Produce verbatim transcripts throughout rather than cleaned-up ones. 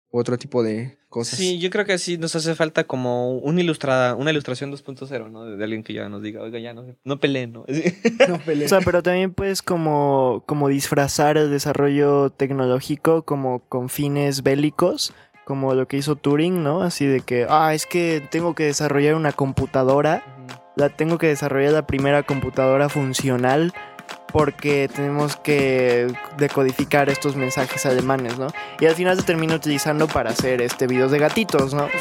otro tipo de cosas. Sí, yo creo que sí nos hace falta como una ilustrada, una ilustración dos punto cero, ¿no? De alguien que ya nos diga, oiga, ya no, no peleen, ¿no? No peleen. O sea, pero también puedes como, como disfrazar el desarrollo tecnológico como con fines bélicos, como lo que hizo Turing, ¿no? Así de que, ah, es que tengo que desarrollar una computadora, la tengo que desarrollar la primera computadora funcional porque tenemos que decodificar estos mensajes alemanes, ¿no? Y al final se termina utilizando para hacer este videos de gatitos, ¿no?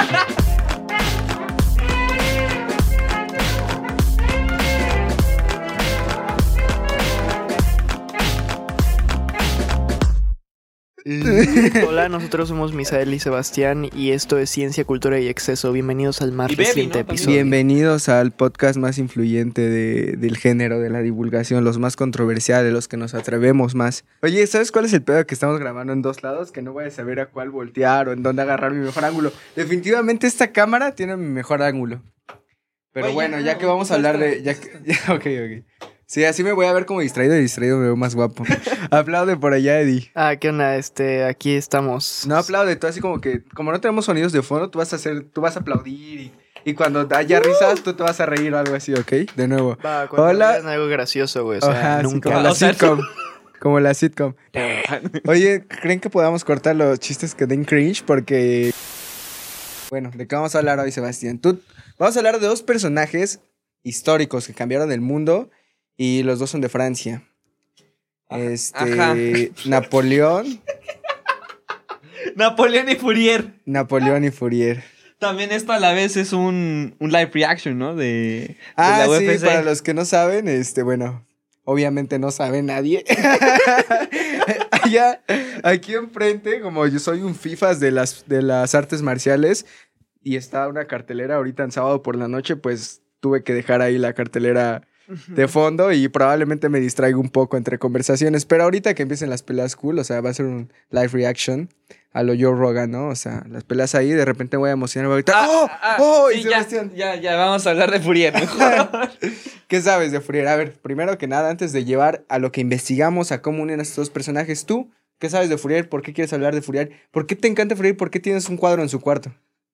Hola, nosotros somos Misael y Sebastián y esto es Ciencia, Cultura y Exceso. Bienvenidos al más Y Bebi, reciente ¿no? También. episodio. Bienvenidos al podcast más influyente de, del género, de la divulgación, los más controversiales, los que nos atrevemos más. Oye, ¿sabes cuál es el pedo? Que estamos grabando en dos lados, que no voy a saber a cuál voltear o en dónde agarrar mi mejor ángulo. Definitivamente esta cámara tiene mi mejor ángulo. Pero Oye, bueno, no, ya que vamos a hablar de... Ya que, ya, ok, ok. Sí, así me voy a ver como distraído y distraído me veo más guapo. Aplaude por allá, Eddie. Ah, ¿qué onda? Este, aquí estamos. No aplaude, tú así como que... Como no tenemos sonidos de fondo, tú vas a hacer... Tú vas a aplaudir y... Y cuando haya uh. risas, tú te vas a reír o algo así, ¿ok? De nuevo. Va, cuando Hola. digan algo gracioso, güey. O sea, Ajá, nunca. Sí, como la o sea, sitcom. Como la sitcom. Oye, ¿creen que podamos cortar los chistes que den cringe? Porque... Bueno, ¿de qué vamos a hablar hoy, Sebastián? Tú... Vamos a hablar de dos personajes históricos que cambiaron el mundo y los dos son de Francia. Este... Ajá. Napoleón. Napoleón y Fourier. Napoleón y Fourier. También esto a la vez es un, un live reaction, ¿no? De, de Ah, la sí, U F C. para los que no saben, este, bueno, obviamente no sabe nadie. Allá, aquí enfrente, como yo soy un fifas de las, de las artes marciales y está una cartelera ahorita en sábado por la noche, pues tuve que dejar ahí la cartelera de fondo y probablemente me distraigo un poco entre conversaciones, pero ahorita que empiecen las peleas cool, o sea, va a ser un live reaction a lo Joe Rogan, ¿no? O sea, las peleas ahí, de repente voy a emocionar, voy a gritar, ¡oh! Ah, ¡Oh! sí, Y Sebastián, ya, ya, ya, vamos a hablar de Fourier mejor. ¿qué sabes de Fourier? A ver, primero que nada, antes de llevar a lo que investigamos, a cómo unen a estos dos personajes, tú, ¿qué sabes de Fourier? ¿Por qué quieres hablar de Fourier? ¿Por qué te encanta Fourier? ¿Por qué tienes un cuadro en su cuarto?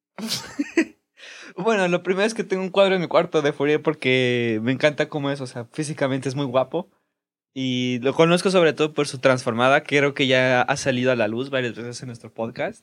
Bueno, lo primero es que tengo un cuadro en mi cuarto de Fourier porque me encanta cómo es, o sea, físicamente es muy guapo. Y lo conozco sobre todo por su transformada, que creo que ya ha salido a la luz varias veces en nuestro podcast.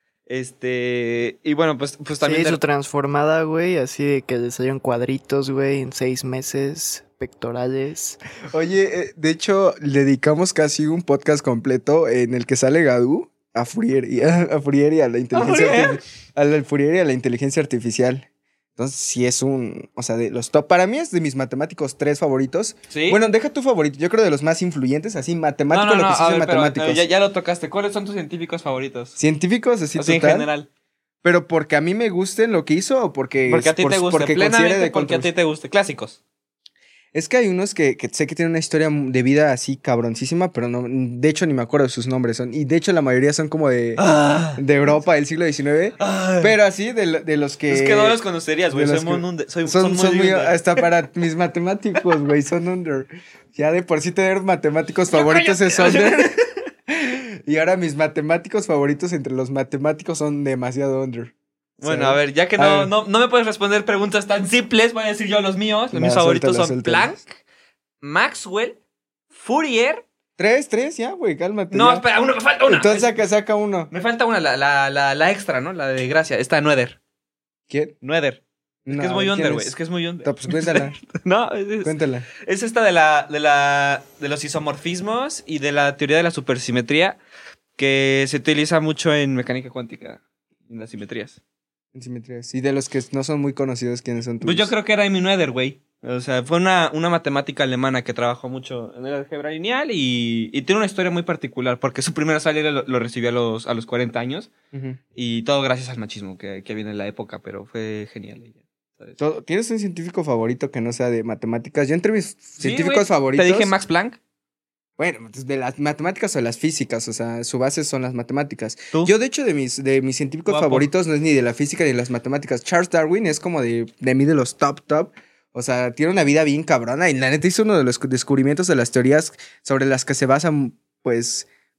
Este, y bueno, pues, pues también... Sí, su transformada, güey, así de que le salieron cuadritos, güey, en seis meses, pectorales. Oye, eh, de hecho, le dedicamos casi un podcast completo en el que sale Gadú a Fourier y a, a Fourier y a la inteligencia artificial. A la Fourier y a la inteligencia artificial. Entonces, sí es un... O sea, de los top... Para mí es de mis matemáticos tres favoritos. ¿Sí? Bueno, deja tu favorito. Yo creo de los más influyentes, así, matemáticos, no, no, lo no, que se a hizo en ver, pero, matemáticos. ya, ya lo tocaste. ¿Cuáles son tus científicos favoritos? Científicos, así, Así en total. general. Pero porque a mí me gusten lo que hizo o porque... Porque a ti por, te guste, porque plenamente considere de porque a ti control. te guste. Clásicos. Es que hay unos que, que sé que tienen una historia de vida así cabroncísima, pero no, de hecho ni me acuerdo de sus nombres. Son, y de hecho la mayoría son como de, Ah. de Europa del siglo diecinueve. Ah. Pero así de, de los que... Es que no los conocerías, güey. de Soy los que- muy under- soy- Son, son muy son muy... under. Hasta para mis matemáticos, güey, son under. Ya de por sí tener matemáticos favoritos es under. Y ahora mis matemáticos favoritos entre los matemáticos son demasiado under. Bueno, ¿sabes? a ver, ya que A no, ver. no, no me puedes responder preguntas tan simples, voy a decir yo los míos. Los Va, míos favoritos suéltala, son suéltala. Planck, Maxwell, Fourier. Tres, tres, ya, güey, cálmate. No, ya. espera, uno, me falta una. Entonces saca, saca uno. Me falta una, la, la, la, la extra, ¿no? La de Gracia. Esta Noether. ¿Quién? Noether. Es No, que es muy ¿quién under, güey. Es que es muy under. No, pues cuéntala, No, es, es, cuéntala. es esta de la, de la de los isomorfismos y de la teoría de la supersimetría que se utiliza mucho en mecánica cuántica, en las simetrías. En simetrías. Y de los que no son muy conocidos, ¿quiénes son tus? Pues yo creo que era Emmy Noether, güey. O sea, fue una, una matemática alemana que trabajó mucho en el álgebra lineal y, y tiene una historia muy particular porque su primera salida lo, lo recibió a los, a los cuarenta años Ujú. y todo gracias al machismo que, que había en la época, pero fue genial ella. ¿Sabes? Todo- ¿Tienes un científico favorito que no sea de matemáticas? Yo entre mis Sí, científicos güey. favoritos... Te dije Max Planck. Bueno, pues, de las matemáticas o de las físicas, o sea, su base son las matemáticas. ¿Tú? Yo, de hecho, de mis, de mis científicos Guapo. favoritos no es ni de la física ni de las matemáticas. Charles Darwin es como de, de mí de los top, top. O sea, tiene una vida bien cabrona y la neta hizo uno de los descubrimientos de las teorías sobre las que se basan, pues,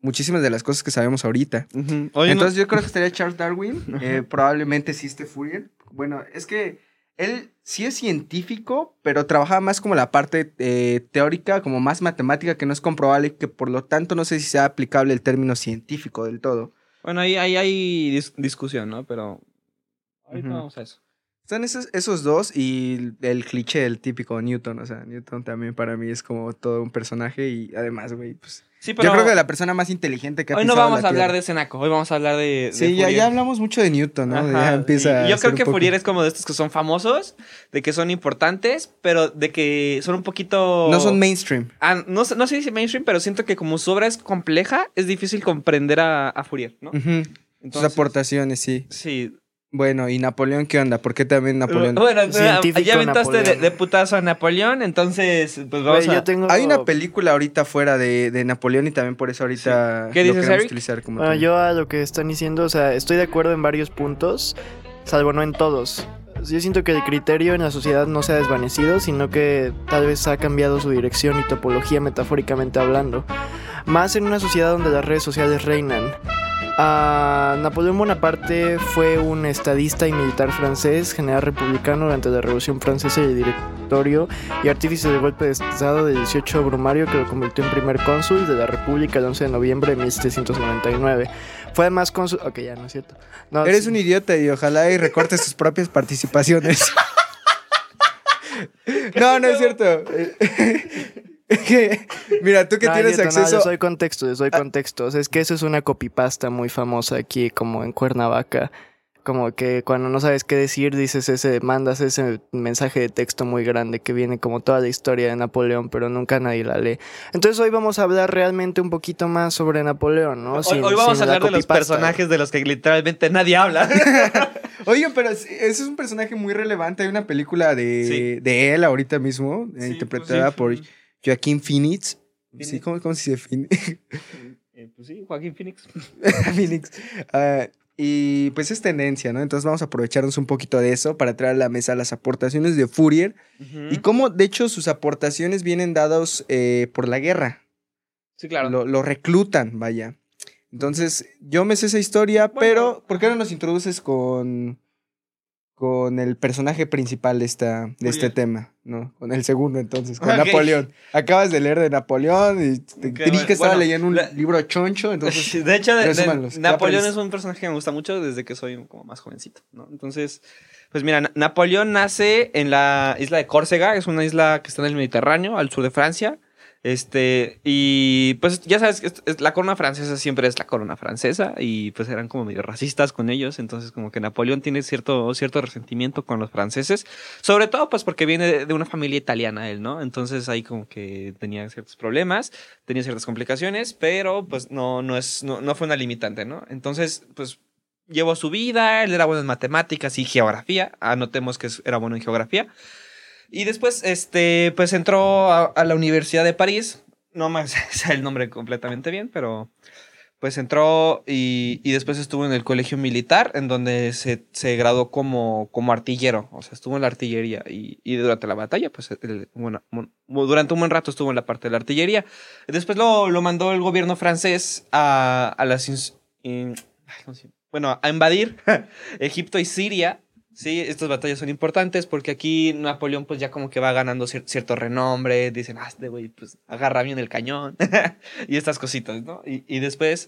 muchísimas de las cosas que sabemos ahorita. Uh-huh. Oye, Entonces no... yo creo que estaría Charles Darwin, eh, probablemente sí esté Fourier. Bueno, es que él sí es científico, pero trabaja más como la parte eh, teórica, como más matemática, que no es comprobable, que por lo tanto no sé si sea aplicable el término científico del todo. Bueno, ahí, ahí hay dis- discusión, ¿no? Pero ahorita Uh-huh. vamos a eso. Están esos, esos dos y el cliché del típico Newton. O sea, Newton también para mí es como todo un personaje y además, güey, pues... Sí, pero yo creo que la persona más inteligente que ha hoy no pisado vamos la a hablar tierra. de ese naco, hoy vamos a hablar de, de Sí, ya, Fourier. ya hablamos mucho de Newton, ¿no? Ajá, Ya empieza y yo a creo ser que un poco... Fourier es como de estos que son famosos, de que son importantes, pero de que son un poquito... No son mainstream. Ah, no, sé- no sé si mainstream, pero siento que como su obra es compleja, es difícil comprender a, a Fourier, ¿no? Ujú. Sus Entonces, aportaciones, sí. Sí. Bueno, ¿y Napoleón qué onda? ¿Por qué también Napoleón? Bueno, Científico ya aventaste de, Napoleón. de putazo a Napoleón, entonces pues vamos Güey, a... yo tengo... Hay una película ahorita fuera de, de Napoleón y también por eso ahorita Sí. ¿Qué lo dices, queremos Eric? utilizar como Bueno, tema. yo a lo que están diciendo, o sea, estoy de acuerdo en varios puntos, salvo no en todos. Yo siento que el criterio en la sociedad no se ha desvanecido, sino que tal vez ha cambiado su dirección y topología metafóricamente hablando. Más en una sociedad donde las redes sociales reinan. Ah, Napoleón Bonaparte fue un estadista y militar francés, general republicano durante la Revolución Francesa y el directorio y artífice del golpe de estado del dieciocho Brumario que lo convirtió en primer cónsul de la República el once de noviembre de mil setecientos noventa y nueve. Fue además cónsul... Ok, ya, no es cierto. No, Eres sí. un idiota y ojalá y recortes tus propias participaciones. No, no es cierto. Que, mira, tú que No, tienes idiota, no, acceso... les doy contexto, les doy contexto. O sea, es que eso es una copypasta muy famosa aquí, como en Cuernavaca. Como que cuando no sabes qué decir, dices ese, mandas ese mensaje de texto muy grande que viene como toda la historia de Napoleón, pero nunca nadie la lee. Entonces hoy vamos a hablar realmente un poquito más sobre Napoleón, ¿no? Hoy, Sin- hoy vamos sin a la hablar de los copypasta. personajes de los que literalmente nadie habla. Oye, pero sí, ese es un personaje muy relevante. Hay una película de, Sí. de él ahorita mismo, eh, Sí, interpretada pues sí. por Joaquín Phoenix. Phoenix. Sí, ¿cómo, cómo se dice Phoenix? Eh, pues sí, Joaquín Phoenix. Phoenix. Ah, y pues es tendencia, ¿no? Entonces vamos a aprovecharnos un poquito de eso para traer a la mesa las aportaciones de Fourier Ujú. y cómo, de hecho, sus aportaciones vienen dados eh, por la guerra. Sí, claro. Lo, lo reclutan, vaya. Entonces, yo me sé esa historia, Bueno, pero ¿por qué no nos introduces con, con el personaje principal de, esta, de este Fourier. tema? ¿No? Con el segundo, entonces, con Ok. Napoleón. Acabas de leer de Napoleón y te Ok, creí bueno, que estaba bueno, leyendo un la- libro choncho, entonces... de hecho, de- de- resúmanlos. ¿Qué Napoleón aprendes? es un personaje que me gusta mucho desde que soy como más jovencito, ¿no? Entonces, pues mira, Na- Napoleón nace en la isla de Córcega, es una isla que está en el Mediterráneo, al sur de Francia. Este, y pues ya sabes, que es- es- la corona francesa siempre es la corona francesa y pues eran como medio racistas con ellos, entonces como que Napoleón tiene cierto, cierto resentimiento con los franceses, sobre todo pues porque viene de, de una familia italiana él, ¿no? Entonces ahí como que tenía ciertos problemas, tenía ciertas complicaciones, pero pues no, no, es, no, no fue una limitante, ¿no? Entonces pues llevó su vida, él era bueno en matemáticas y geografía, anotemos que es- era bueno en geografía. Y después, este, pues entró a, a la Universidad de París. No me sé el nombre completamente bien, pero pues entró y, y después estuvo en el colegio militar, en donde se, se graduó como, como artillero. O sea, estuvo en la artillería. Y, y durante la batalla, pues, el- bueno, mon- durante un buen rato estuvo en la parte de la artillería. Después lo, lo mandó el gobierno francés a, a las... ins- in- ay, ¿cómo se llama? Bueno, a invadir Egipto y Siria. Sí, estas batallas son importantes porque aquí Napoleón pues ya como que va ganando cier- cierto renombre, dicen, ah, este güey pues agarra bien el cañón y estas cositas, ¿no? Y, y después,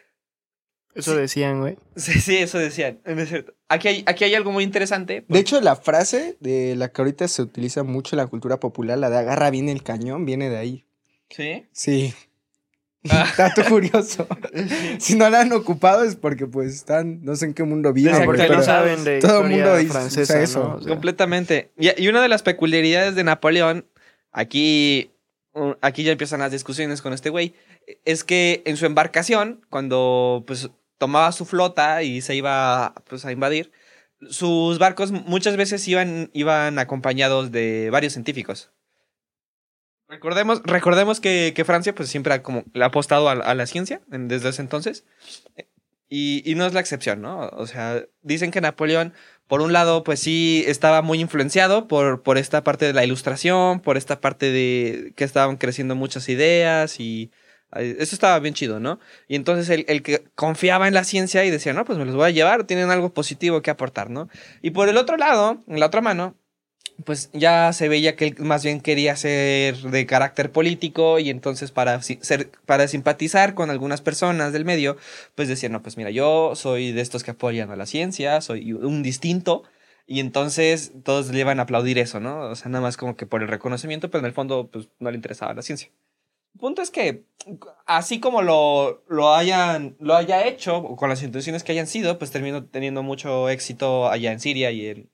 Eso Sí. decían, güey. sí, sí, eso decían, no es cierto. Aquí hay, aquí hay algo muy interesante. De hecho, la frase de la que ahorita se utiliza mucho en la cultura popular, la de agarra bien el cañón, viene de ahí. ¿Sí? Sí. Ah. Dato curioso. Si no la han ocupado es porque pues están, no sé en qué mundo viven, Exacto, güey, Porque pero no saben de todo el historia mundo dice- francesa, usa eso. ¿no? O sea, Completamente. Y, y una de las peculiaridades de Napoleón, aquí, uh, aquí ya empiezan las discusiones con este güey, es que en su embarcación, cuando pues tomaba su flota y se iba pues a invadir, sus barcos muchas veces iban, iban acompañados de varios científicos. Recordemos, recordemos que, que Francia pues siempre ha, como, le ha apostado a, a la ciencia en- desde ese entonces. Y, y no es la excepción, ¿no? O sea, dicen que Napoleón, por un lado, pues sí estaba muy influenciado por, por esta parte de la ilustración, por esta parte de que estaban creciendo muchas ideas y Eso estaba bien chido, ¿no? Y entonces el, el que confiaba en la ciencia y decía, no, pues me los voy a llevar, tienen algo positivo que aportar, ¿no? Y por el otro lado, en la otra mano, pues ya se veía que él más bien quería ser de carácter político y entonces para, ser, para simpatizar con algunas personas del medio, pues decía, no, pues mira, yo soy de estos que apoyan a la ciencia, soy un distinto. Y entonces todos le iban a aplaudir eso, ¿no? O sea, nada más como que por el reconocimiento, pero en el fondo pues no le interesaba la ciencia. El punto es que, así como lo, lo, hayan, lo haya hecho, o con las intenciones que hayan sido, pues terminó teniendo mucho éxito allá en Siria y en,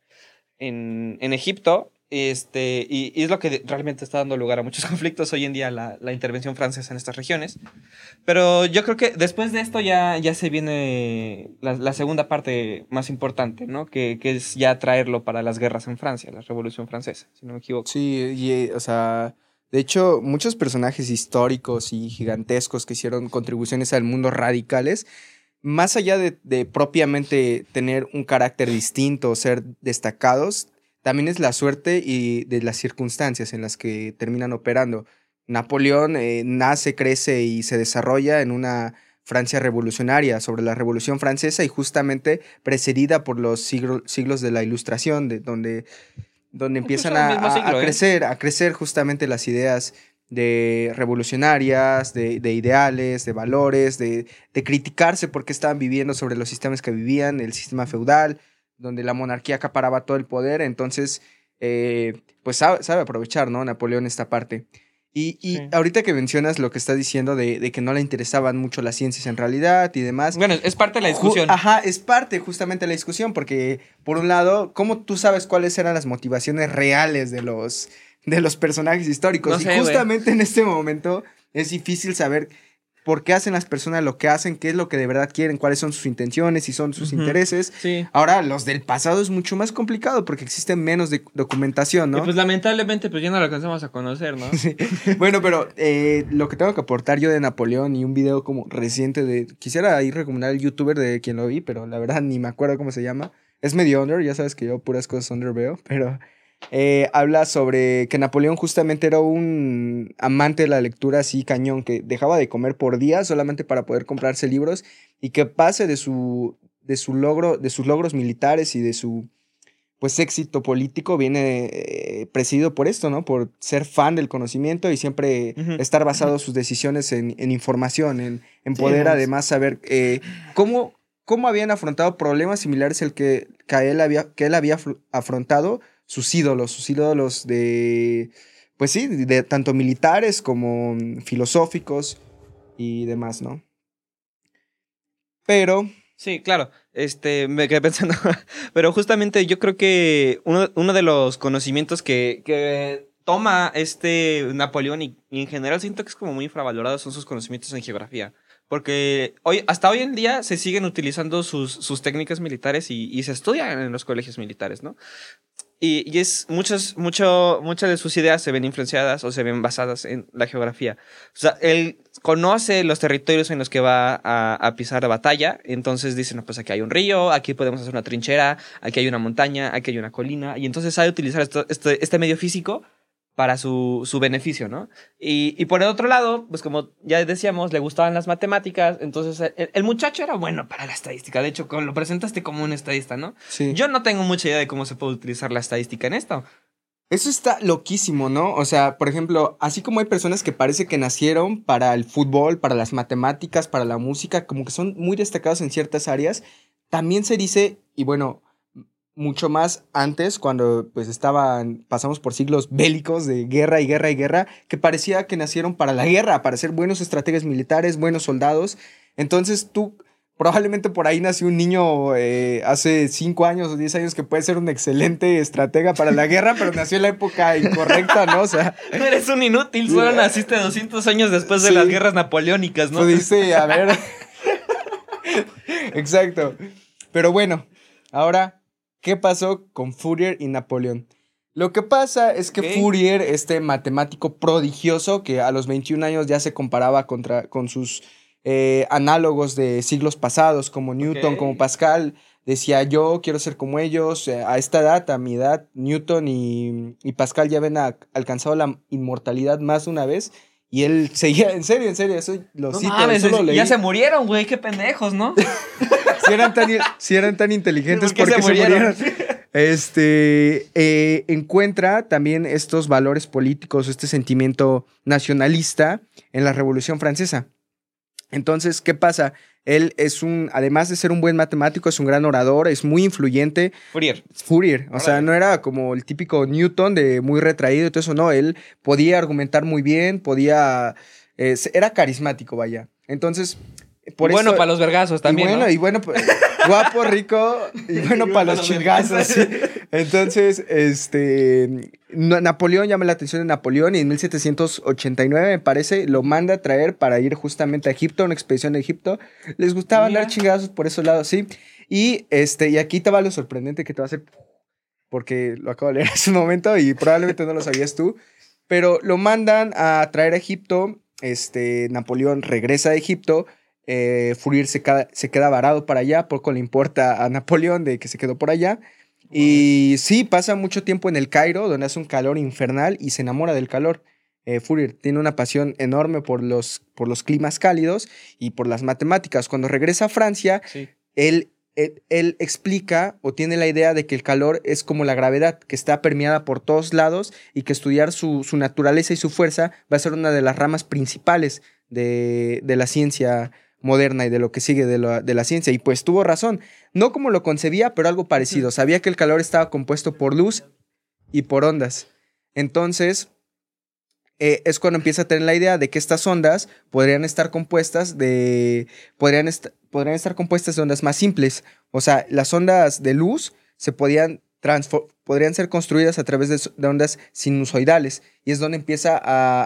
en, en Egipto. Este, y, y es lo que realmente está dando lugar a muchos conflictos hoy en día, la, la intervención francesa en estas regiones. Pero yo creo que después de esto ya, ya se viene la, la segunda parte más importante, ¿no? Que, que es ya traerlo para las guerras en Francia, la Revolución Francesa, si no me equivoco. Sí, y, o sea, de hecho, muchos personajes históricos y gigantescos que hicieron contribuciones al mundo radicales, más allá de, de propiamente tener un carácter distinto, ser destacados, también es la suerte y de las circunstancias en las que terminan operando. Napoleón eh, nace, crece y se desarrolla en una Francia revolucionaria, sobre la Revolución Francesa y justamente precedida por los siglo, siglos de la Ilustración, de, donde, donde empiezan a, a, siglo, a crecer, ¿eh? a crecer justamente las ideas de revolucionarias, de, de ideales, de valores, de, de criticarse porque estaban viviendo sobre los sistemas que vivían, el sistema feudal, donde la monarquía acaparaba todo el poder. Entonces, eh, pues sabe, sabe aprovechar, ¿no? Napoleón esta parte. Y, y sí. ahorita que mencionas lo que estás diciendo de, de que no le interesaban mucho las ciencias en realidad y demás. Bueno, es parte de la discusión. Ajá, es parte justamente de la discusión, porque por un lado, ¿cómo tú sabes cuáles eran las motivaciones reales de los, de los personajes históricos? No sé, y justamente wey. en este momento es difícil saber por qué hacen las personas lo que hacen, qué es lo que de verdad quieren, cuáles son sus intenciones, si son sus uh-huh. intereses. Sí. Ahora, los del pasado es mucho más complicado porque existe menos de documentación, ¿no? Y pues lamentablemente pues ya no lo alcanzamos a conocer, ¿no? Sí. Bueno, pero eh, lo que tengo que aportar yo de Napoleón y un video como reciente de... Quisiera ahí recomendar al youtuber de quien lo vi, pero la verdad ni me acuerdo cómo se llama. Es medio under, ya sabes que yo puras cosas under veo, pero... Eh, habla sobre que Napoleón justamente era un amante de la lectura así cañón, que dejaba de comer por día solamente para poder comprarse libros y que pase de su, de su logro, de sus logros militares y de su pues éxito político viene eh, presidido por esto, ¿no? Por ser fan del conocimiento y siempre uh-huh. estar basado uh-huh. sus decisiones en, en información, en, en poder sí, además saber eh, cómo, cómo habían afrontado problemas similares al que, que, él había, que él había afrontado sus ídolos, sus ídolos de, pues sí, de tanto militares como filosóficos y demás, ¿no? Pero... Sí, claro, este, me quedé pensando, pero justamente yo creo que uno, uno de los conocimientos que, que toma este Napoleón y, y en general siento que es como muy infravalorado son sus conocimientos en geografía. Porque hoy, hasta hoy en día se siguen utilizando sus, sus técnicas militares y, y se estudian en los colegios militares, ¿no? Y, y es muchas, mucho, muchas de sus ideas se ven influenciadas o se ven basadas en la geografía. O sea, él conoce los territorios en los que va a, a pisar la batalla. Entonces dicen, no, pues aquí hay un río, aquí podemos hacer una trinchera, aquí hay una montaña, aquí hay una colina. Y entonces sabe utilizar esto, este, este medio físico para su, su beneficio, ¿no? Y, y por el otro lado, pues como ya decíamos, le gustaban las matemáticas, entonces el, el muchacho era bueno para la estadística. De hecho, lo presentaste como un estadista, ¿no? Sí. Yo no tengo mucha idea de cómo se puede utilizar la estadística en esto. Eso está loquísimo, ¿no? O sea, por ejemplo, así como hay personas que parece que nacieron para el fútbol, para las matemáticas, para la música, como que son muy destacados en ciertas áreas, también se dice, y bueno... mucho más antes, cuando pues estaban, pasamos por siglos bélicos de guerra y guerra y guerra, que parecía que nacieron para la guerra, para ser buenos estrategas militares, buenos soldados. Entonces tú, probablemente por ahí nació un niño eh, hace cinco años o diez años que puede ser un excelente estratega para la guerra, pero nació en la época incorrecta, ¿no? O sea... No eres un inútil, solo naciste doscientos años después de sí. las guerras napoleónicas, ¿no? Pues dice, a ver... Exacto. Pero bueno, ahora... ¿qué pasó con Fourier y Napoleón? Lo que pasa es que okay. Fourier, este matemático prodigioso que a los veintiún años ya se comparaba contra, con sus eh, análogos de siglos pasados, como Newton, okay. como Pascal, decía yo quiero ser como ellos. A esta edad, a mi edad, Newton y, y Pascal ya habían a, alcanzado la inmortalidad más de una vez Y él seguía, en serio, en serio, eso lo No cito, mames, eso lo leí. ya se murieron, güey, qué pendejos, ¿no? Si eran tan, si eran tan inteligentes, ¿Por ¿por qué qué se se murieron? murieron? Este, eh, encuentra también estos valores políticos, este sentimiento nacionalista en la Revolución Francesa. Entonces, ¿qué pasa? Él es un, además de ser un buen matemático, es un gran orador, es muy influyente. Fourier. Fourier, o sea, Órale. no era como el típico Newton de muy retraído y todo eso, no, él podía argumentar muy bien, podía, eh, era carismático, vaya. Entonces, por Y bueno, eso- para los vergazos también, y bueno, ¿no? y bueno, pues, guapo, rico, y bueno Y para bueno los para chingazos. los Sí. Entonces, este, Na- Napoleón llama la atención de Napoleón y en mil setecientos ochenta y nueve, me parece, lo manda a traer para ir justamente a Egipto, a una expedición de Egipto. Les gustaba Mira. andar chingazos por esos lados, sí. Y, este, y aquí te va lo sorprendente que te va a hacer, porque lo acabo de leer hace un momento y probablemente no lo sabías tú, pero lo mandan a traer a Egipto, este, Napoleón regresa a Egipto. Eh, Fourier se, ca- se queda varado para allá, poco le importa a Napoleón de que se quedó por allá. Y sí, pasa mucho tiempo en el Cairo, donde hace un calor infernal y se enamora del calor. Eh, Fourier tiene una pasión enorme por los, por los climas cálidos y por las matemáticas. Cuando regresa a Francia, Sí. él, él, él explica o tiene la idea de que el calor es como la gravedad, que está permeada por todos lados y que estudiar su, su naturaleza y su fuerza va a ser una de las ramas principales de, de la ciencia moderna y de lo que sigue de la, de la ciencia. Y pues tuvo razón, no como lo concebía, pero algo parecido. Sabía que el calor estaba compuesto por luz y por ondas. Entonces, eh, es cuando empieza a tener la idea de que estas ondas podrían estar compuestas de... Podrían, est- podrían estar compuestas de ondas más simples. O sea, las ondas de luz se podían transfo- podrían ser construidas a través de, s- de ondas sinusoidales. Y es donde empieza a,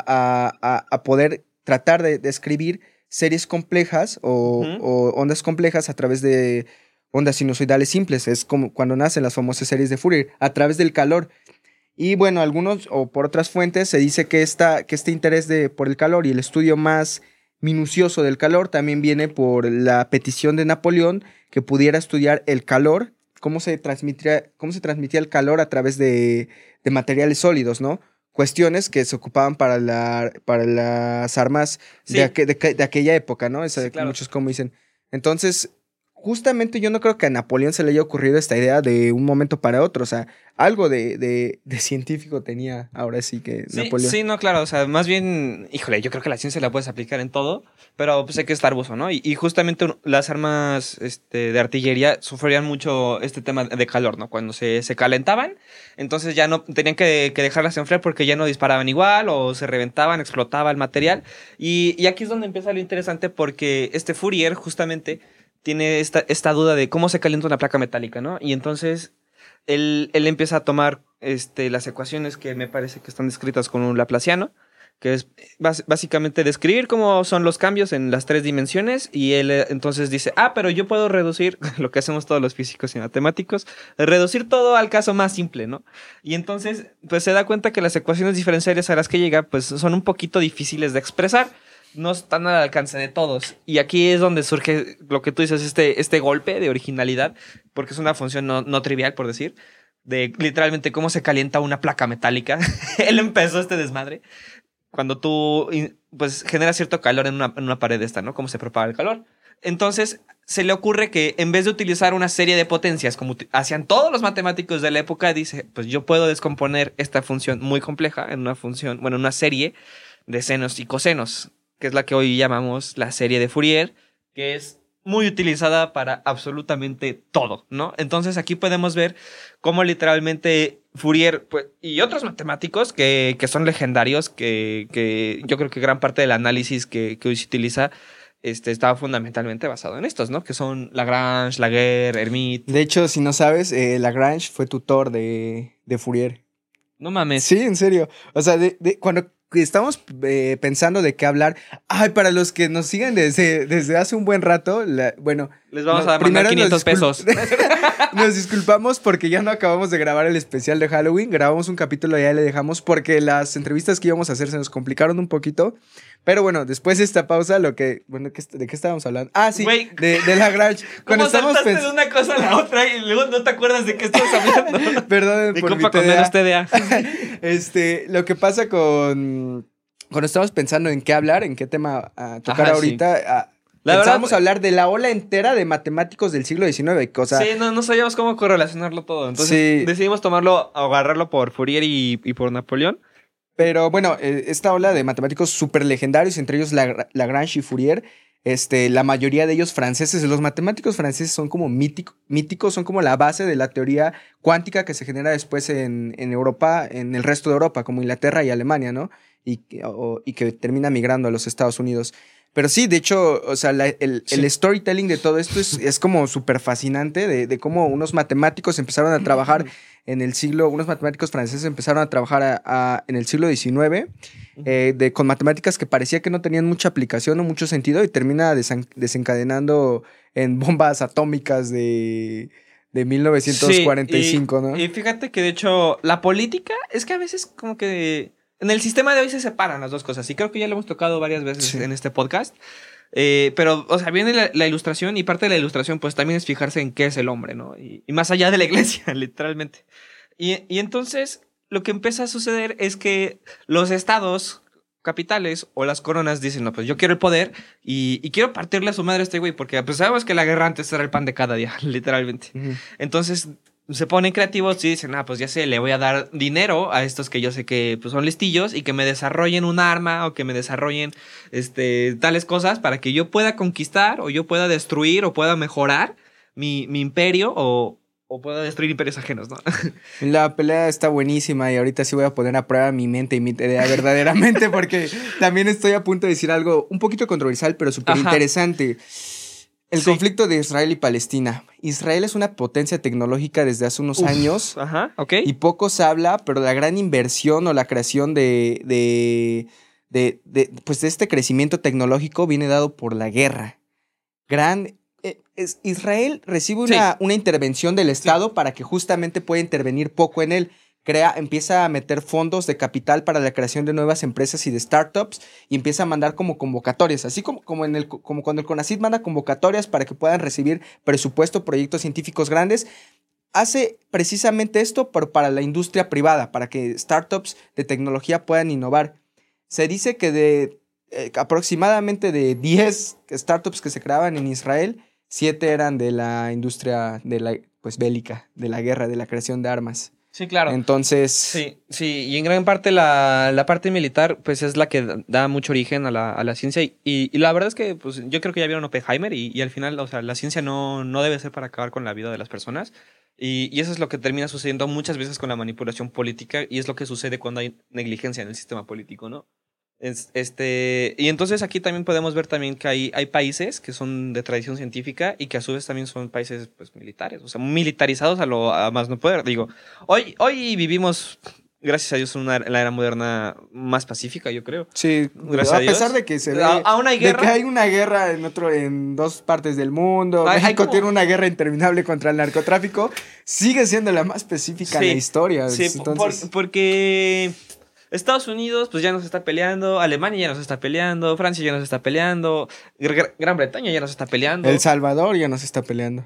a- a- a poder tratar de describir series complejas o, Ujú. o ondas complejas a través de ondas sinusoidales simples. Es como cuando nacen las famosas series de Fourier, a través del calor. Y bueno, algunos o por otras fuentes se dice que, esta, que este interés de, por el calor y el estudio más minucioso del calor también viene por la petición de Napoleón que pudiera estudiar el calor, cómo se transmitía, cómo se transmitía el calor a través de, de materiales sólidos, ¿no? Cuestiones que se ocupaban para, la, para las armas Sí. de, aqu- de que- de aquella época, ¿no? Esa, Sí, claro. Muchos como dicen. Entonces, justamente yo no creo que a Napoleón se le haya ocurrido esta idea de un momento para otro. O sea, algo de, de, de científico tenía ahora sí que Sí, Napoleón. sí, no, claro, o sea, más bien, híjole, yo creo que la ciencia la puedes aplicar en todo, pero pues hay que estar buzo, ¿no? Y, y justamente un- las armas este, de artillería sufrían mucho este tema de calor, ¿no? Cuando se, se calentaban, entonces ya no tenían que, que dejarlas enfriar porque ya no disparaban igual o se reventaban, explotaba el material. Y, y aquí es donde empieza lo interesante porque este Fourier justamente tiene esta, esta duda de cómo se calienta una placa metálica, ¿no? Y entonces él, él empieza a tomar este, las ecuaciones que me parece que están descritas con un laplaciano, que es bas- básicamente describir cómo son los cambios en las tres dimensiones, y él eh, entonces dice, ah, pero yo puedo reducir, lo que hacemos todos los físicos y matemáticos, reducir todo al caso más simple, ¿no? Y entonces, pues se da cuenta que las ecuaciones diferenciales a las que llega, pues son un poquito difíciles de expresar, no están al alcance de todos. Y aquí es donde surge lo que tú dices, este, este golpe de originalidad, porque es una función no, no trivial, por decir, de literalmente cómo se calienta una placa metálica. Él empezó este desmadre. Cuando tú, in- pues, generas cierto calor en una, en una pared esta, ¿no? Cómo se propaga el calor. Entonces, se le ocurre que en vez de utilizar una serie de potencias como uti- hacían todos los matemáticos de la época, dice, pues yo puedo descomponer esta función muy compleja en una función, bueno, una serie de senos y cosenos, que es la que hoy llamamos la serie de Fourier, que es muy utilizada para absolutamente todo, ¿no? Entonces aquí podemos ver cómo literalmente Fourier pues, y otros matemáticos que, que son legendarios, que, que yo creo que gran parte del análisis que, que hoy se utiliza este, estaba fundamentalmente basado en estos, ¿no? Que son Lagrange, Laguerre, Hermite. De hecho, si no sabes, eh, Lagrange fue tutor de, de Fourier. No mames. Sí, en serio. O sea, de, de- cuando estamos eh, pensando de qué hablar, ay, para los que nos siguen desde, desde hace un buen rato, la- bueno, Les vamos no, a mandar primero nos quinientos pesos. nos disculpamos porque ya no acabamos de grabar el especial de Halloween. Grabamos un capítulo y ya le dejamos porque las entrevistas que íbamos a hacer se nos complicaron un poquito. Pero bueno, después de esta pausa, lo que, bueno, ¿qué- ¿de qué estábamos hablando? Ah, sí, Güey. de, de Lagrange. ¿Cómo estamos saltaste pens- de una cosa a la otra y luego no te acuerdas de qué estamos hablando? Perdón Mi por mi compa con T D A. menos T D A. Este, lo que pasa con, cuando estábamos pensando en qué hablar, en qué tema uh, tocar Ajá, ahorita, sí. uh, La pensábamos verdad, hablar de la ola entera de matemáticos del siglo diecinueve. O sea, sí, no, no sabíamos cómo correlacionarlo todo. Entonces sí. decidimos tomarlo, agarrarlo por Fourier y, y por Napoleón. Pero bueno, eh, esta ola de matemáticos súper legendarios, entre ellos Lagra- Lagrange y Fourier, este, la mayoría de ellos franceses. Los matemáticos franceses son como mítico, míticos, son como la base de la teoría cuántica que se genera después en, en Europa, en el resto de Europa, como Inglaterra y Alemania, ¿no? Y, o, y que termina migrando a los Estados Unidos. Pero sí, de hecho, o sea, la, el, Sí. el storytelling de todo esto es, es como súper fascinante, de, de cómo unos matemáticos empezaron a trabajar en el siglo, unos matemáticos franceses empezaron a trabajar a, a, en el siglo diecinueve, eh, de, con matemáticas que parecía que no tenían mucha aplicación o mucho sentido y termina desen, desencadenando en bombas atómicas de, de mil novecientos cuarenta y cinco, sí, y, ¿no? Y fíjate que de hecho la política es que a veces como que en el sistema de hoy se separan las dos cosas y creo que ya lo hemos tocado varias veces sí. en este podcast. Eh, pero, o sea, viene la, la ilustración y parte de la ilustración pues también es fijarse en qué es el hombre, ¿no? Y, y más allá de la iglesia, literalmente. Y, y entonces lo que empieza a suceder es que los estados capitales o las coronas dicen, no, pues yo quiero el poder y, y quiero partirle a su madre a este güey porque pues sabemos que la guerra antes era el pan de cada día, literalmente. Uh-huh. Entonces se ponen creativos y dicen, ah, pues ya sé, le voy a dar dinero a estos que yo sé que pues, son listillos y que me desarrollen un arma o que me desarrollen este, tales cosas para que yo pueda conquistar o yo pueda destruir o pueda mejorar mi, mi imperio o, o pueda destruir imperios ajenos, ¿no? La pelea está buenísima y ahorita sí voy a poner a prueba mi mente y mi idea verdaderamente porque también estoy a punto de decir algo un poquito controversial pero súper interesante. El sí. conflicto de Israel y Palestina. Israel es una potencia tecnológica desde hace unos Uf, años. Ajá, ok. Y poco se habla, pero la gran inversión o la creación de, de, de, de, pues de este crecimiento tecnológico viene dado por la guerra. Gran, eh, es, Israel recibe una, sí. una intervención del Estado sí. para que justamente pueda intervenir poco en él. Crea, empieza a meter fondos de capital para la creación de nuevas empresas y de startups y empieza a mandar como convocatorias, así como, como, en el, como cuando el CONACYT manda convocatorias para que puedan recibir presupuesto, proyectos científicos grandes. Hace precisamente esto pero para la industria privada, para que startups de tecnología puedan innovar. Se dice que de eh, aproximadamente de diez startups que se creaban en Israel, siete eran de la industria de la, pues, bélica, de la guerra, de la creación de armas. Sí, claro. Entonces... Sí, sí, y en gran parte la, la parte militar pues es la que da mucho origen a la, a la ciencia y, y, y la verdad es que pues yo creo que ya vieron Oppenheimer y, y al final, o sea, la ciencia no, no debe ser para acabar con la vida de las personas y, y eso es lo que termina sucediendo muchas veces con la manipulación política y es lo que sucede cuando hay negligencia en el sistema político, ¿no? Es, este, y entonces aquí también podemos ver también que hay, hay países que son de tradición científica y que a su vez también son países pues, militares, o sea, militarizados a lo a más no poder. Digo, hoy, hoy vivimos, gracias a Dios, una, la era moderna más pacífica, yo creo. Sí, gracias a, a Dios. A pesar de que se ve, ¿Aún hay guerra? De que hay una guerra en, otro, en dos partes del mundo, hay, México hay como... tiene una guerra interminable contra el narcotráfico, sigue siendo la más pacífica sí, en la historia. Sí, entonces... por, porque... Estados Unidos, pues ya nos está peleando. Alemania ya nos está peleando. Francia ya nos está peleando. Gr- Gran Bretaña ya nos está peleando. El Salvador ya nos está peleando.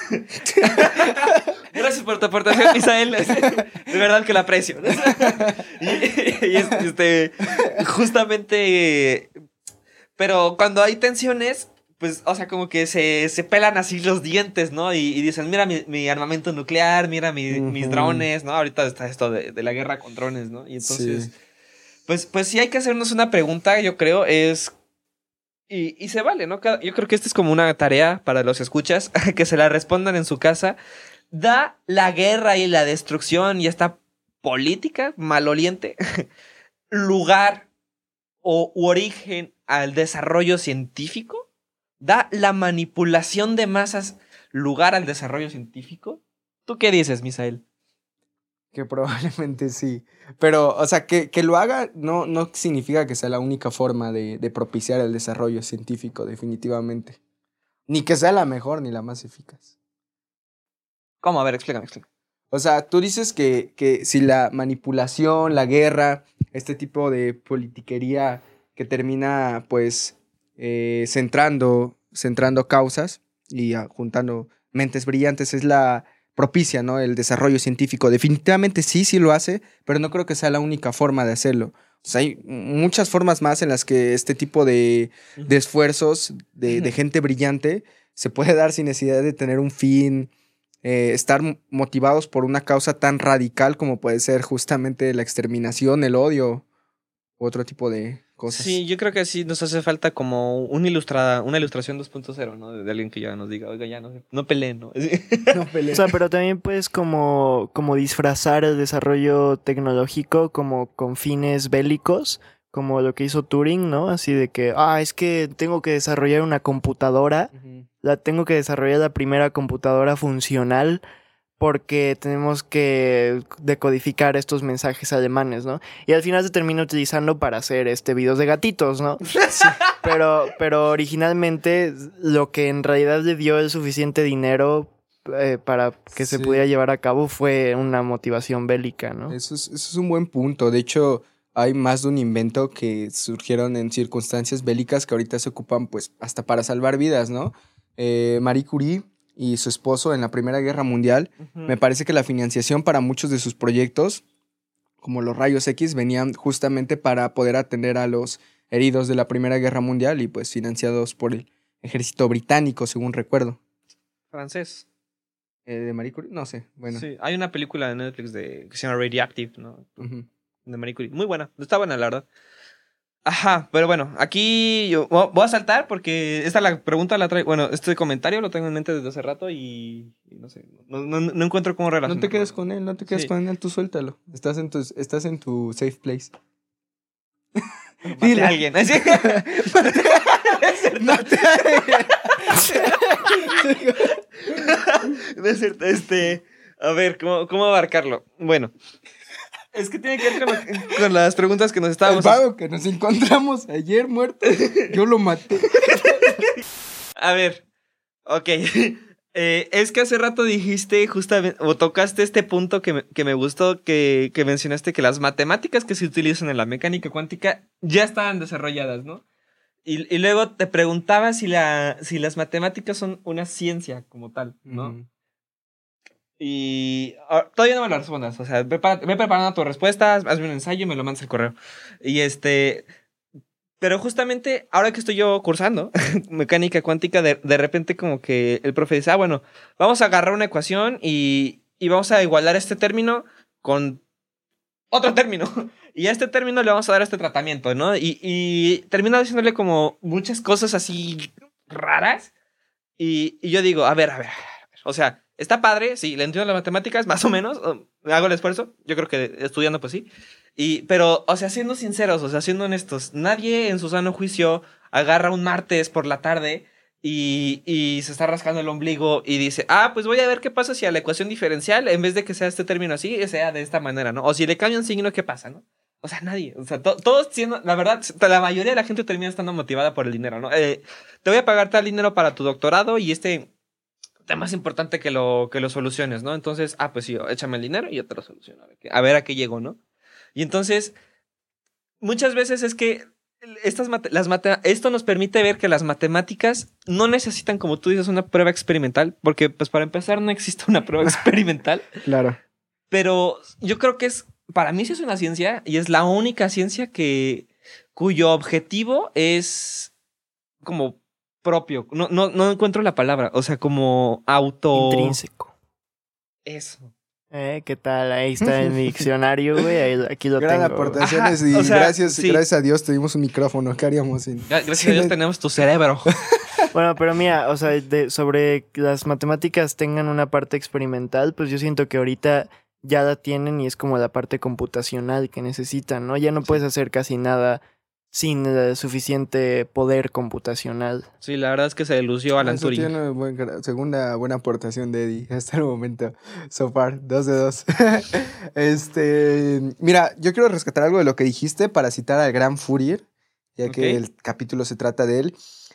Gracias por tu aportación, Misael. De verdad que la aprecio. y, y este, justamente. Pero cuando hay tensiones, pues, o sea, como que se, se pelan así los dientes, ¿no? Y, y dicen, mira mi, mi armamento nuclear, mira mi, uh-huh. mis drones, ¿no? Ahorita está esto de, de la guerra con drones, ¿no? Y entonces, sí. pues, pues sí hay que hacernos una pregunta, yo creo, es... Y, y se vale, ¿no? Yo creo que esta es como una tarea para los escuchas, que se la respondan en su casa. ¿Da la guerra y la destrucción y esta política maloliente lugar o u origen al desarrollo científico? ¿Da la manipulación de masas lugar al desarrollo científico? ¿Tú qué dices, Misael? Que probablemente sí. Pero, o sea, que, que lo haga no, no significa que sea la única forma de, de propiciar el desarrollo científico, definitivamente. Ni que sea la mejor ni la más eficaz. ¿Cómo? A ver, explícame, explícame. O sea, tú dices que, que si la manipulación, la guerra, este tipo de politiquería que termina, pues... Eh, centrando, centrando causas y uh, juntando mentes brillantes es la propicia, ¿no? El desarrollo científico. Definitivamente sí, sí lo hace, pero no creo que sea la única forma de hacerlo. Pues hay muchas formas más en las que este tipo de, de esfuerzos de, de gente brillante se puede dar sin necesidad de tener un fin, eh, estar motivados por una causa tan radical como puede ser justamente la exterminación, el odio u otro tipo de cosas. Sí, yo creo que sí nos hace falta como una ilustrada, una ilustración dos punto cero, ¿no? De alguien que ya nos diga, oiga, ya no, no peleen, ¿no? No peleen. O sea, pero también puedes como, como disfrazar el desarrollo tecnológico como con fines bélicos, como lo que hizo Turing, ¿no? Así de que, ah, es que tengo que desarrollar una computadora, Ujú. la tengo que desarrollar la primera computadora funcional porque tenemos que decodificar estos mensajes alemanes, ¿no? Y al final se termina utilizando para hacer este videos de gatitos, ¿no? Sí. Pero, pero originalmente lo que en realidad le dio el suficiente dinero eh, para que se Sí. pudiera llevar a cabo fue una motivación bélica, ¿no? Eso es, eso es un buen punto. De hecho, hay más de un invento que surgieron en circunstancias bélicas que ahorita se ocupan pues hasta para salvar vidas, ¿no? Eh, Marie Curie y su esposo en la Primera Guerra Mundial, Ujú. me parece que la financiación para muchos de sus proyectos, como los rayos X, venían justamente para poder atender a los heridos de la Primera Guerra Mundial y pues financiados por el ejército británico, según recuerdo. Francés. Eh, ¿De Marie Curie? No sé, bueno. Sí, hay una película de Netflix de, que se llama Radioactive, ¿no? Ujú. De Marie Curie. Muy buena, está buena, la verdad. Ajá, pero bueno, aquí yo vo- voy a saltar porque esta la pregunta la traigo, bueno, este comentario lo tengo en mente desde hace rato y, y no sé, no, no, no encuentro cómo No relacionarlo. te quedes con él, no te quedes Sí. con él, tú suéltalo. Estás en tu, estás en tu safe place. Maté Dile. a alguien. ¿Así? No te... No es cierto, este, a ver, ¿cómo, cómo abarcarlo? Bueno, es que tiene que ver con, lo- con las preguntas que nos El estábamos vago que nos encontramos ayer muerto, yo lo maté. A ver, ok. Eh, es que hace rato dijiste justamente, o tocaste este punto que me, que me gustó, que, que mencionaste que las matemáticas que se utilizan en la mecánica cuántica ya estaban desarrolladas, ¿no? Y, y luego te preguntaba si, la, si las matemáticas son una ciencia como tal, ¿no? Ujú. Y ah, todavía no me lo respondas, o sea, ve, pa- ve preparando tus respuestas, hazme un ensayo y me lo mandas al correo. Y este... Pero justamente ahora que estoy yo cursando mecánica cuántica, de, de repente como que el profe dice, ah, bueno, vamos a agarrar una ecuación y, y vamos a igualar este término con otro término. Y a este término le vamos a dar este tratamiento, ¿no? Y, y termina diciéndole como muchas cosas así raras. Y, y yo digo, a ver, a ver, a ver. O sea, está padre, sí, le entiendo las matemáticas, más o menos. o- Hago el esfuerzo. Yo creo que estudiando, pues sí. Y, pero, o sea, siendo sinceros, o sea, siendo honestos, nadie en su sano juicio agarra un martes por la tarde y, y se está rascando el ombligo y dice, ah, pues voy a ver qué pasa si a la ecuación diferencial, en vez de que sea este término así, sea de esta manera, ¿no? O si le cambio un signo, ¿qué pasa, no? O sea, nadie. O sea, to- todos siendo, la verdad, la mayoría de la gente termina estando motivada por el dinero, ¿no? Eh, te voy a pagar tal dinero para tu doctorado y este tema es importante que lo, que lo soluciones, ¿no? Entonces, ah, pues sí, échame el dinero y yo te lo soluciono. A ver, qué- a ver a qué llego, ¿no? Y entonces, muchas veces es que estas mate- las mate- esto nos permite ver que las matemáticas no necesitan, como tú dices, una prueba experimental, porque pues para empezar no existe una prueba experimental, Claro. pero yo creo que es, para mí sí es una ciencia y es la única ciencia que, cuyo objetivo es como propio, no, no, no encuentro la palabra, o sea, como auto... Intrínseco. Eso. Eh, ¿qué tal? Ahí está en mi diccionario, güey. Ahí- aquí lo Gran tengo. güey. aportaciones Ajá, y o sea, gracias, sí. gracias a Dios tuvimos un micrófono. ¿Qué haríamos sin...? Gra- Gracias Sí, a Dios de- tenemos tu cerebro. Bueno, pero mira, o sea, de- sobre que las matemáticas tengan una parte experimental, pues yo siento que ahorita ya la tienen y es como la parte computacional que necesitan, ¿no? Ya no puedes hacer casi nada sin el suficiente poder computacional. Sí, la verdad es que se lució Alan Eso Turing. tiene buen gra- segunda buena aportación de Eddie hasta el momento. So far, dos de dos. este, mira, yo quiero rescatar algo de lo que dijiste para citar al gran Fourier, ya que Ok. el capítulo se trata de él.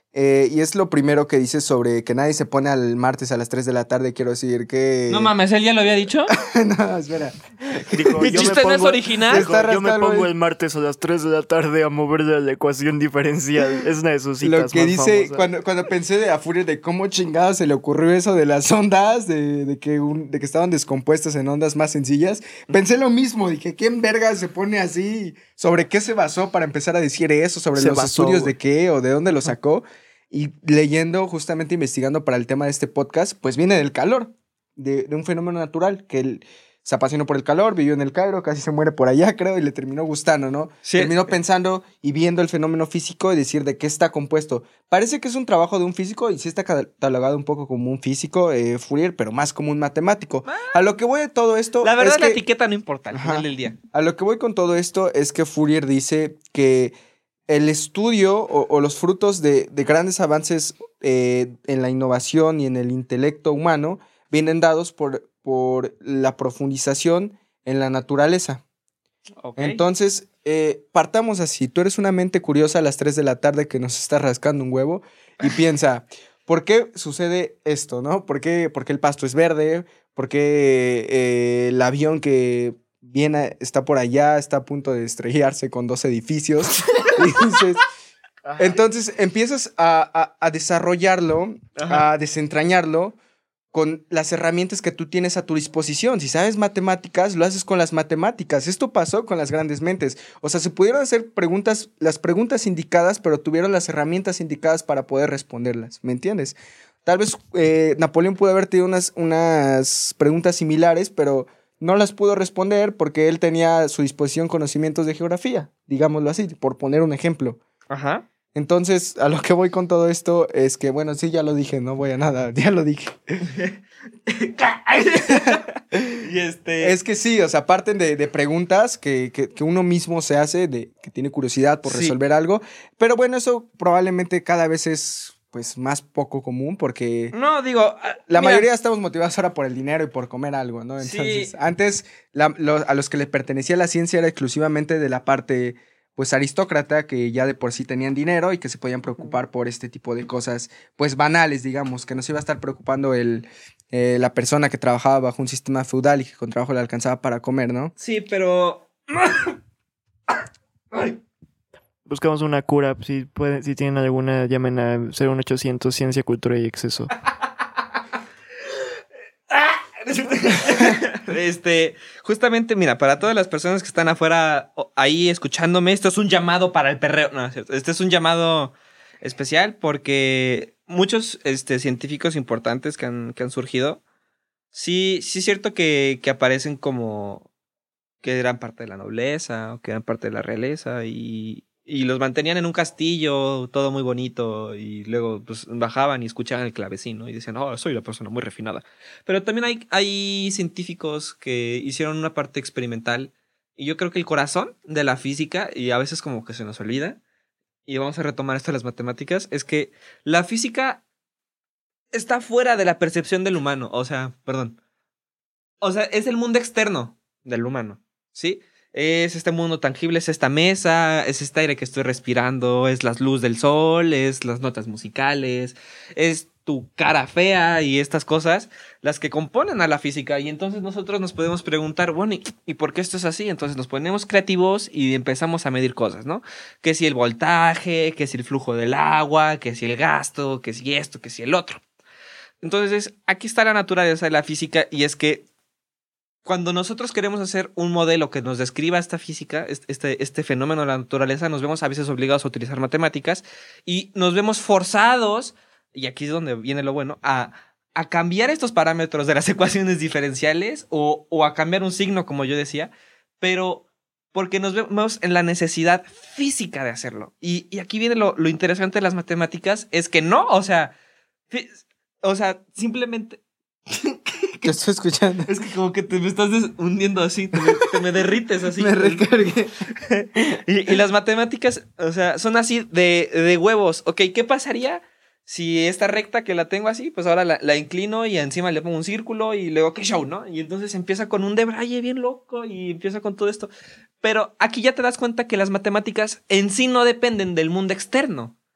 Eh, y es lo primero que dice sobre que nadie se pone al martes a las tres de la tarde. Quiero decir que... No mames, ¿él ya lo había dicho? No, espera. Dijo, Mi yo me chiste no es pongo- original. dijo, Está yo me rascando pongo el- el martes a las tres de la tarde a mover de la ecuación diferencial. Es una de sus citas Lo que más dice, famosas. cuando, cuando pensé de a Fourier de cómo chingado se le ocurrió eso de las ondas, de, de que un- de que estaban descompuestas en ondas más sencillas, pensé lo mismo, dije, ¿quién verga se pone así? ¿Sobre qué se basó para empezar a decir eso? ¿Sobre Se los basó, estudios güey. de qué o de dónde lo sacó? Y leyendo, justamente investigando para el tema de este podcast, pues viene del calor, de, de un fenómeno natural, que él se apasionó por el calor, vivió en el Cairo, casi se muere por allá, creo, y le terminó gustando, ¿no? Sí. Terminó pensando y viendo el fenómeno físico y decir de qué está compuesto. Parece que es un trabajo de un físico y sí está catalogado un poco como un físico, eh, Fourier, pero más como un matemático. A lo que voy de todo esto La verdad, es la que... etiqueta no importa al Ajá. final del día. A lo que voy con todo esto es que Fourier dice que el estudio o, o los frutos de, de grandes avances eh, en la innovación y en el intelecto humano vienen dados por, por la profundización en la naturaleza. Ok. Entonces, eh, partamos así. Tú eres una mente curiosa a las tres de la tarde que nos está rascando un huevo y piensa, ¿por qué sucede esto, no? ¿Por qué, por qué el pasto es verde? ¿Por qué eh, el avión que viene, está por allá, está a punto de estrellarse con dos edificios? Y dices, Ajá. entonces empiezas a, a- a desarrollarlo, Ajá. a desentrañarlo con las herramientas que tú tienes a tu disposición. Si sabes matemáticas, lo haces con las matemáticas. Esto pasó con las grandes mentes. O sea, se pudieron hacer preguntas, las preguntas indicadas, pero tuvieron las herramientas indicadas para poder responderlas. ¿Me entiendes? Tal vez eh, Napoleón pudo haber tenido unas, unas preguntas similares, pero no las pudo responder porque él tenía a su disposición conocimientos de geografía, digámoslo así, por poner un ejemplo. Ajá. Entonces, a lo que voy con todo esto es que, bueno, sí, ya lo dije, no voy a nada, ya lo dije. Y este. Es que sí, o sea, parten de, de preguntas que, que, que uno mismo se hace, de que tiene curiosidad por Sí. resolver algo, pero bueno, eso probablemente cada vez es, pues, más poco común porque No, digo. ah, la mira, mayoría estamos motivados ahora por el dinero y por comer algo, ¿no? Sí. Entonces, antes la- lo- a los que le pertenecía la ciencia era exclusivamente de la parte, pues, aristócrata, que ya de por sí tenían dinero y que se podían preocupar por este tipo de cosas, pues, banales, digamos, que no se iba a estar preocupando el, eh, la persona que trabajaba bajo un sistema feudal y que con trabajo le alcanzaba para comer, ¿no? Sí, pero. Buscamos una cura. Si pueden, si tienen alguna, llamen a cero uno ochocientos Ciencia, Cultura y Exceso. Este, justamente, mira, para todas las personas que están afuera o- ahí escuchándome, esto es un llamado para el perreo. No, es cierto. Este es un llamado especial porque muchos este, científicos importantes que han, que han surgido, sí, sí es cierto que, que aparecen como que eran parte de la nobleza o que eran parte de la realeza y, y los mantenían en un castillo, todo muy bonito, y luego pues bajaban y escuchaban el clavecín, ¿no? Y decían, oh, soy la persona muy refinada. Pero también hay, hay científicos que hicieron una parte experimental y yo creo que el corazón de la física, y a veces como que se nos olvida, y vamos a retomar esto de las matemáticas, es que la física está fuera de la percepción del humano, o sea, perdón. O sea, es el mundo externo del humano, ¿sí? Es este mundo tangible, es esta mesa, es este aire que estoy respirando, es la luz del sol, es las notas musicales, es tu cara fea y estas cosas, las que componen a la física. Y entonces nosotros nos podemos preguntar, bueno, ¿y, y por qué esto es así? Entonces nos ponemos creativos y empezamos a medir cosas, ¿no? Que si el voltaje, que si el flujo del agua, que si el gasto, que si esto, que si el otro. Entonces, aquí está la naturaleza de la física y es que cuando nosotros queremos hacer un modelo que nos describa esta física, este, este fenómeno de la naturaleza, nos vemos a veces obligados a utilizar matemáticas y nos vemos forzados, y aquí es donde viene lo bueno, a, a cambiar estos parámetros de las ecuaciones diferenciales o, o a cambiar un signo, como yo decía, pero porque nos vemos en la necesidad física de hacerlo. Y, y aquí viene lo, lo interesante de las matemáticas, es que no, o sea, fi- o sea, simplemente... Te estoy escuchando. Es que como que te me estás des- hundiendo así, te me, te me derrites así. Me recargué. Y, y las matemáticas, o sea, son así de, de huevos. Ok, ¿qué pasaría si esta recta que la tengo así, pues ahora la, la inclino y encima le pongo un círculo y luego qué show, ¿no? Y entonces empieza con un debraye bien loco y empieza con todo esto. Pero aquí ya te das cuenta que las matemáticas en sí no dependen del mundo externo,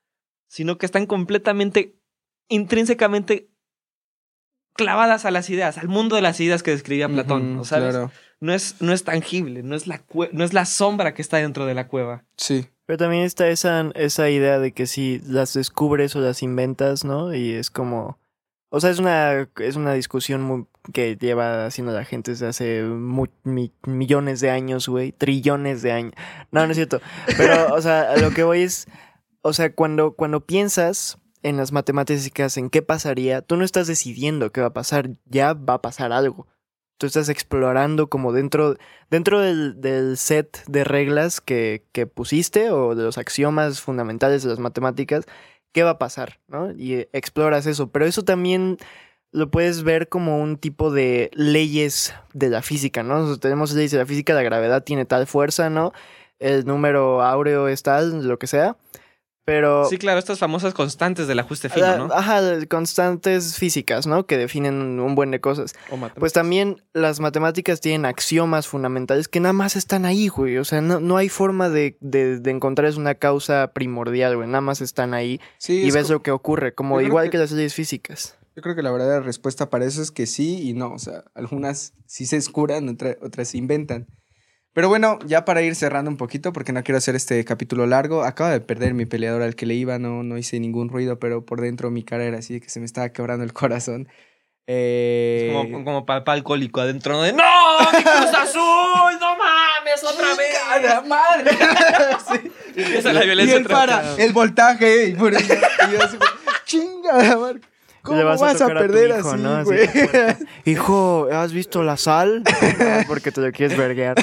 sino que están completamente, intrínsecamente clavadas a las ideas, al mundo de las ideas que describía Platón, Ujú, ¿sabes? claro. No es, no es tangible, no es, la cue- no es la sombra que está dentro de la cueva. Sí. Pero también está esa, esa idea de que si las descubres o las inventas, ¿no? Y es como... O sea, es una, es una discusión muy, que lleva haciendo la gente desde hace mu- mi- millones de años, güey. Trillones de años. No, no es cierto. Pero, o sea, a lo que voy es... O sea, cuando, cuando piensas en las matemáticas, en qué pasaría, tú no estás decidiendo qué va a pasar. Ya va a pasar algo. Tú estás explorando como dentro, dentro del, del set de reglas que, que pusiste o de los axiomas fundamentales de las matemáticas, qué va a pasar, ¿no? Y eh, exploras eso. Pero eso también lo puedes ver como un tipo de leyes de la física, ¿no? O sea, tenemos leyes de la física, la gravedad tiene tal fuerza, ¿no? El número áureo es tal, lo que sea. Pero... Sí, claro, estas famosas constantes del ajuste fino, la- ¿no? Ajá, constantes físicas, ¿no? Que definen un buen de cosas. O matemáticas. Pues también las matemáticas tienen axiomas fundamentales que nada más están ahí, güey. O sea, no, no hay forma de, de, de encontrarles una causa primordial, güey. Nada más están ahí Sí, y es ves co- lo que ocurre, como yo creo igual que- que... las leyes físicas. Yo creo que la verdadera respuesta para eso es que sí y no. O sea, algunas sí se escuran, otra- otras se inventan. Pero bueno, ya para ir cerrando un poquito, porque no quiero hacer este capítulo largo. Acabo de perder mi peleador al que le iba, no, no hice ningún ruido, pero por dentro mi cara era así de que se me estaba quebrando el corazón. Eh... Es como, como papá alcohólico adentro, ¿no? De, ¡no! ¡Mi Cruz Azul! ¡No mames! ¡Otra vez! ¡Cada madre! Sí. Empieza la Y violencia él para, intrafamiliar. el voltaje. Y, por eso, y yo así, chinga, madre. ¿Cómo Le vas, vas a a, tocar a tu perder hijo, así, ¿no? Así güey? Hijo, ¿has visto la sal? Porque te lo quieres verguear.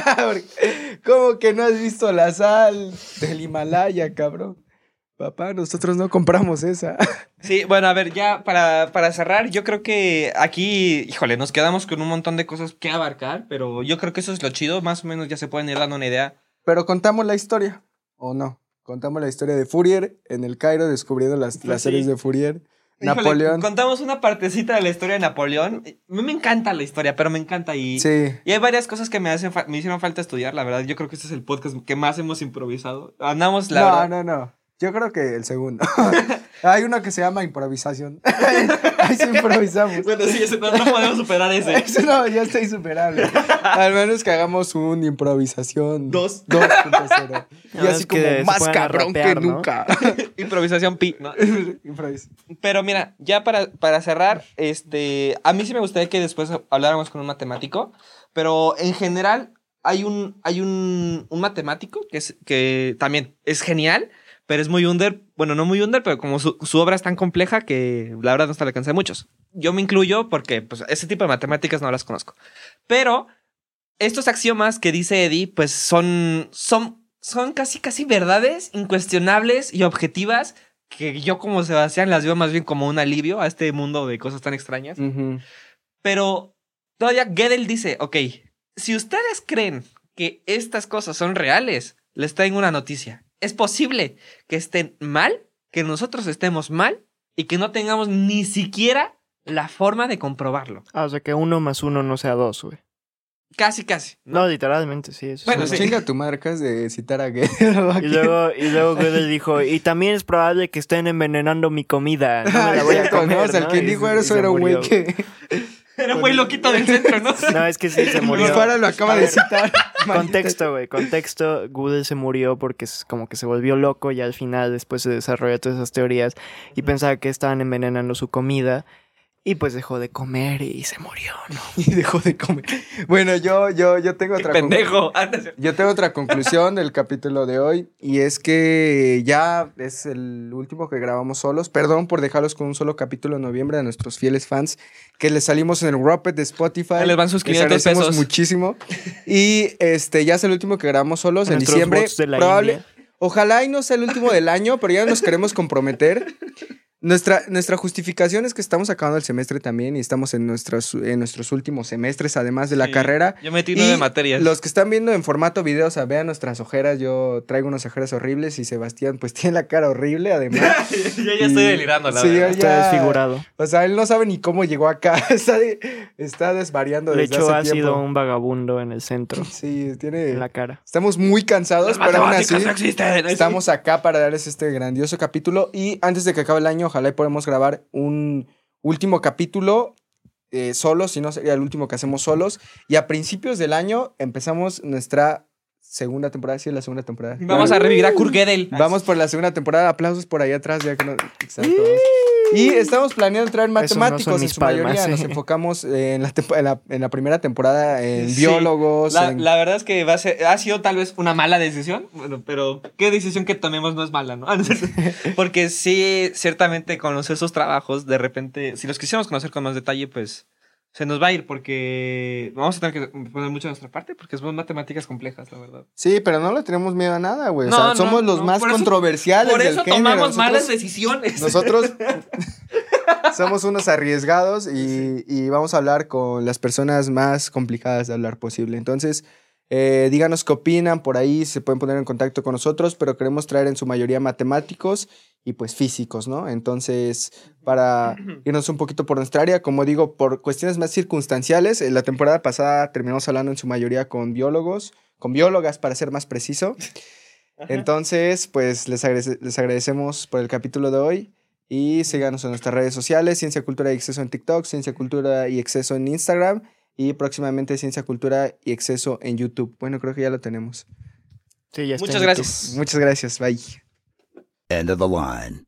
¿Cómo que no has visto la sal del Himalaya, cabrón? Papá, nosotros no compramos esa. Sí, bueno, a ver, ya para, para cerrar, yo creo que aquí, híjole, nos quedamos con un montón de cosas que abarcar, pero yo creo que eso es lo chido, más o menos ya se pueden ir dando una idea. Pero contamos la historia, ¿o no? Contamos la historia de Fourier en el Cairo descubriendo las, Pues las sí. series de Fourier. Híjole, Napoleón. contamos una partecita de la historia de Napoleón. A mí me encanta la historia, pero me encanta y, Sí. y hay varias cosas que me, hacen fa- me hicieron falta estudiar, la verdad. Yo creo que este es el podcast que más hemos improvisado. Andamos, la No, verdad. no, no. Yo creo que el segundo. Hay uno que se llama improvisación. Ahí sí improvisamos. Bueno, sí, ese, no, no podemos superar ese. Eso no, ya está insuperable. Al menos que hagamos un improvisación Dos. dos punto cero. Y No, así es como que se más puedan a cabrón rapear, que ¿no? nunca. Improvisación pi. ¿no? Improvis- Pero mira, ya para, para cerrar, este, a mí sí me gustaría que después habláramos con un matemático, pero en general hay un, hay un, un matemático que, es, que también es genial, pero es muy under, bueno, no muy under, pero como su, su obra es tan compleja que la verdad no está al alcance de muchos. Yo me incluyo porque pues, ese tipo de matemáticas no las conozco. Pero estos axiomas que dice Eddie, pues son, son, son casi, casi verdades incuestionables y objetivas que yo como Sebastián las veo más bien como un alivio a este mundo de cosas tan extrañas. Ujú. Pero todavía Gödel dice, ok, si ustedes creen que estas cosas son reales, les traigo una noticia. Es posible que estén mal, que nosotros estemos mal y que no tengamos ni siquiera la forma de comprobarlo. Ah, o sea que uno más uno no sea dos, güey. Casi, casi. ¿no? No, literalmente, sí. Eso Bueno, es sí. uno. Chinga tu marcas de citar a Guerrero. Y luego, y luego Gödel dijo, y también es probable que estén envenenando mi comida. No me la voy a comer, No, o sea, el ¿no? que Y- dijo y eso se era un güey murió. que. Era un güey loquito del centro, ¿no? No, es que sí, se murió. Para lo acaba A de ver, citar. Contexto, güey, contexto. Gödel se murió porque es como que se volvió loco y al final después se desarrolló todas esas teorías y pensaba que estaban envenenando su comida y pues dejó de comer y se murió, ¿no? Y dejó de comer. Bueno, yo, yo, yo tengo otra Pendejo. Yo tengo otra conclusión del capítulo de hoy y es que ya es el último que grabamos solos. Perdón por dejarlos con un solo capítulo en noviembre a nuestros fieles fans que les salimos en el Rocket de Spotify. Ahí les van sus quinientos agradecemos pesos. muchísimo. Y este ya es el último que grabamos solos en Nuestros diciembre. bots de la Probable, India. ojalá y no sea el último del año, pero ya nos queremos comprometer. Nuestra, nuestra justificación es que estamos acabando el semestre también y estamos en nuestros, en nuestros últimos semestres, además de la Sí, carrera. Yo metí nueve materias. Los que están viendo en formato video, o sea, vean nuestras ojeras. Yo traigo unas ojeras horribles y Sebastián, pues, tiene la cara horrible, además. Yo ya estoy delirando, la sí, verdad. ya- Está desfigurado. O sea, él no sabe ni cómo llegó acá. Está, de- está desvariando De desde hecho, ha hace tiempo. sido un vagabundo en el centro, Sí, tiene... en la cara. Estamos muy cansados, Las pero aún así... matemáticas no existen. Estamos acá para darles este grandioso capítulo y antes de que acabe el año, ojalá y podamos grabar un último capítulo eh, solos, si no sería el último que hacemos solos. Y a principios del año empezamos nuestra segunda temporada, sí, la segunda temporada. Vamos a revivir a Kurt Gödel. Vamos por la segunda temporada. Aplausos por ahí atrás, ya que no... Exacto. Y estamos planeando traer Esos no matemáticos son en mis su mayoría. palmas, Nos eh. enfocamos eh, en, la tempo- en, la, en la primera temporada en Sí. biólogos. La, en- la verdad es que va a ser, ha sido tal vez una mala decisión, bueno, pero qué decisión que tomemos no es mala, ¿no? Porque sí, ciertamente conocer sus trabajos, de repente, si los quisiéramos conocer con más detalle, pues se nos va a ir porque vamos a tener que poner mucho de nuestra parte porque son matemáticas complejas, la verdad. Sí, pero no le tenemos miedo a nada, güey. No, o sea, no, somos los no, más por eso- controversiales Por del eso género. tomamos Nosotros- malas decisiones. Nosotros somos unos arriesgados y, y vamos a hablar con las personas más complicadas de hablar posible. Entonces, eh, díganos qué opinan por ahí, se pueden poner en contacto con nosotros, pero queremos traer en su mayoría matemáticos y pues físicos, ¿no? Entonces, para irnos un poquito por nuestra área, como digo, por cuestiones más circunstanciales, en la temporada pasada terminamos hablando en su mayoría con biólogos, con biólogas para ser más preciso. Entonces, pues les, agradece- les agradecemos por el capítulo de hoy y síganos en nuestras redes sociales, Ciencia, Cultura y Exceso en TikTok, Ciencia, Cultura y Exceso en Instagram y próximamente Ciencia, Cultura y Exceso en YouTube. Bueno, creo que ya lo tenemos. Sí, ya está Muchas en gracias. Muchas gracias, bye. End of the line.